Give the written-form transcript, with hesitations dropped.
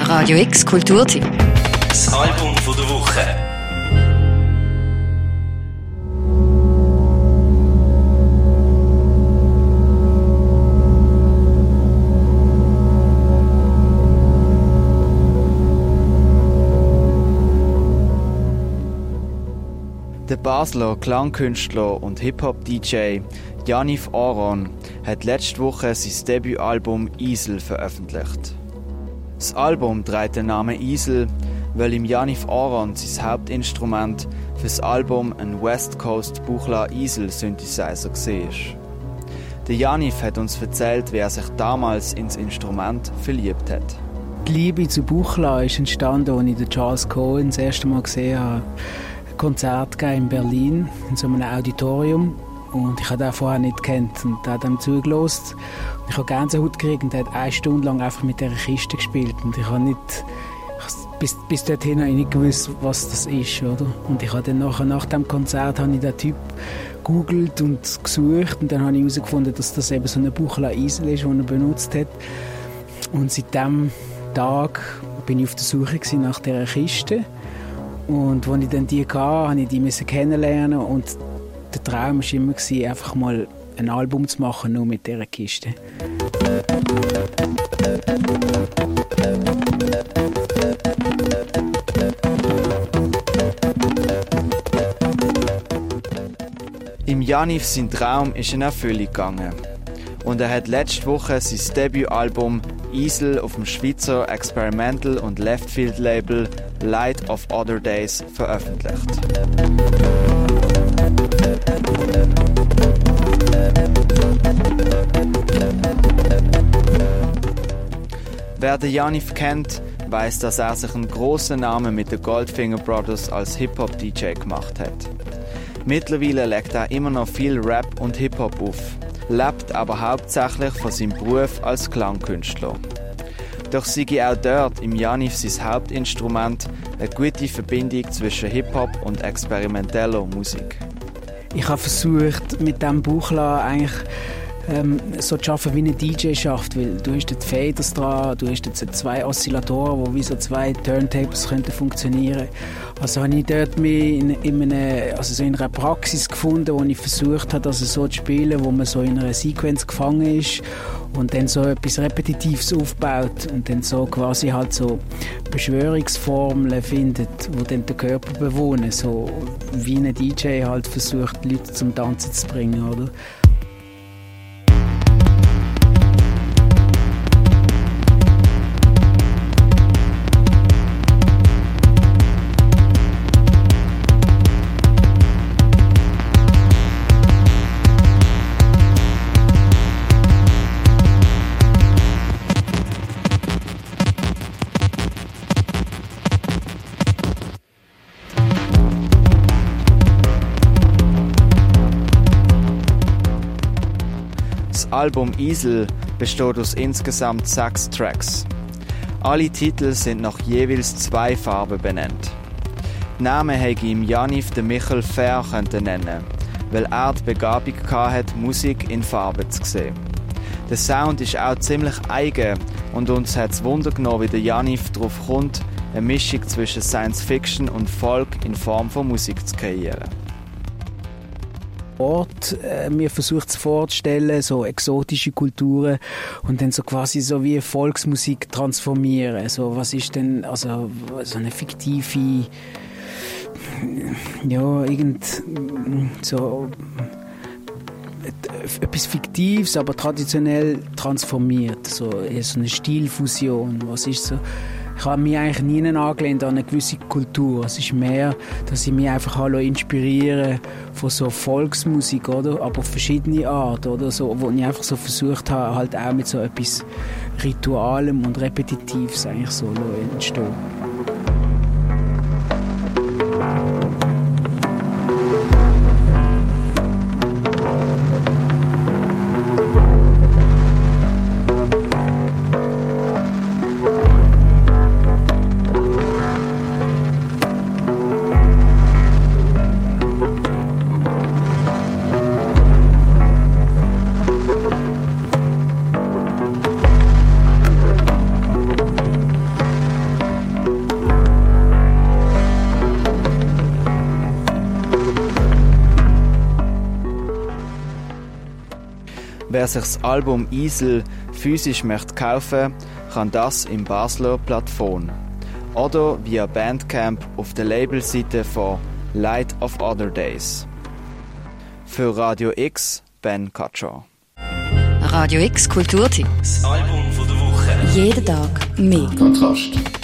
Radio X Kulturtipp. Das Album von der Woche. Der Basler Klangkünstler und Hip-Hop-DJ Janif Aron hat letzte Woche sein Debütalbum «Isel» veröffentlicht. Das Album trägt den Namen «Isel», weil im Janif Aron sein Hauptinstrument für das Album ein West Coast Buchla Isel Synthesizer war. Der Janif hat uns erzählt, wie er sich damals ins Instrument verliebt hat. Die Liebe zu Buchla ist entstanden, als ich den Charles Cohen das erste Mal gesehen habe. Ein Konzert in Berlin, in so einem Auditorium. Und ich habe den vorher nicht gekannt. Und er hat ihm zugelassen. Ich habe Gänsehaut gekriegt und er hat 1 Stunde lang einfach mit dieser Kiste gespielt. Und ich habe bis dorthin nicht gewusst, was das ist. Oder? Und ich habe dann nach dem Konzert habe ich den Typ gegoogelt und gesucht. Und dann habe ich herausgefunden, dass das eben so eine Buchla Isel ist, die er benutzt hat. Und seit diesem Tag bin ich auf der Suche nach dieser Kiste. Und als ich dann die hatte, musste ich die kennenlernen. Und der Traum war immer, einfach mal ein Album zu machen, nur mit dieser Kiste. Im Janif sein Traum ist in Erfüllung gegangen. Und er hat letzte Woche sein Debütalbum «Isel» auf dem Schweizer Experimental- und Leftfield-Label «Light of Other Days» veröffentlicht. Wer den Janif kennt, weiss, dass er sich einen grossen Namen mit den Goldfinger Brothers als Hip-Hop-DJ gemacht hat. Mittlerweile legt er immer noch viel Rap und Hip-Hop auf, lebt aber hauptsächlich von seinem Beruf als Klangkünstler. Doch sei auch dort im Janif sein Hauptinstrument eine gute Verbindung zwischen Hip-Hop und experimenteller Musik. Ich habe versucht, mit diesem Buchla eigentlich so zu arbeiten, wie eine DJ schafft, weil du hast dort Faders dran, du hast dort 2 Oszillatoren, die wie so 2 Turntables könnten funktionieren. Also habe ich dort mich in einer Praxis gefunden, wo ich versucht habe, das so zu spielen, wo man so in einer Sequenz gefangen ist und dann so etwas Repetitives aufbaut und dann so quasi halt so Beschwörungsformeln findet, die dann den Körper bewohnen, so wie ein DJ halt versucht, Leute zum Tanzen zu bringen, oder? Das Album «Isel» besteht aus insgesamt 6 Tracks. Alle Titel sind nach jeweils 2 Farben benannt. Die Namen hätte ihm Janif den Michel Fair nennen, weil er die Begabung hatte, Musik in Farben zu sehen. Der Sound ist auch ziemlich eigen und uns hat es Wunder genommen, wie der Janif darauf kommt, eine Mischung zwischen Science Fiction und Folk in Form von Musik zu kreieren. Mir versucht es vorzustellen, so exotische Kulturen und dann so quasi so wie Volksmusik transformieren. So, was ist denn, also so eine fiktive, ja, so etwas Fiktives, aber traditionell transformiert. So eine Stilfusion. Was ist so? Ich habe mich eigentlich nie angelehnt an eine gewisse Kultur. Es ist mehr, dass ich mich einfach inspirieren von so Volksmusik, oder? Aber auf verschiedene Art, oder? So, wo ich einfach so versucht habe, halt auch mit so etwas Ritualem und Repetitives eigentlich so entstehen. Wer sich das Album Isel physisch möchte kaufen, kann das im Basler Plattform oder via Bandcamp auf der Labelseite von Light of Other Days. Für Radio X, Ben Katscher. Radio X Kulturtipp. Das Album von der Woche. Jeden Tag mehr. Kontrast.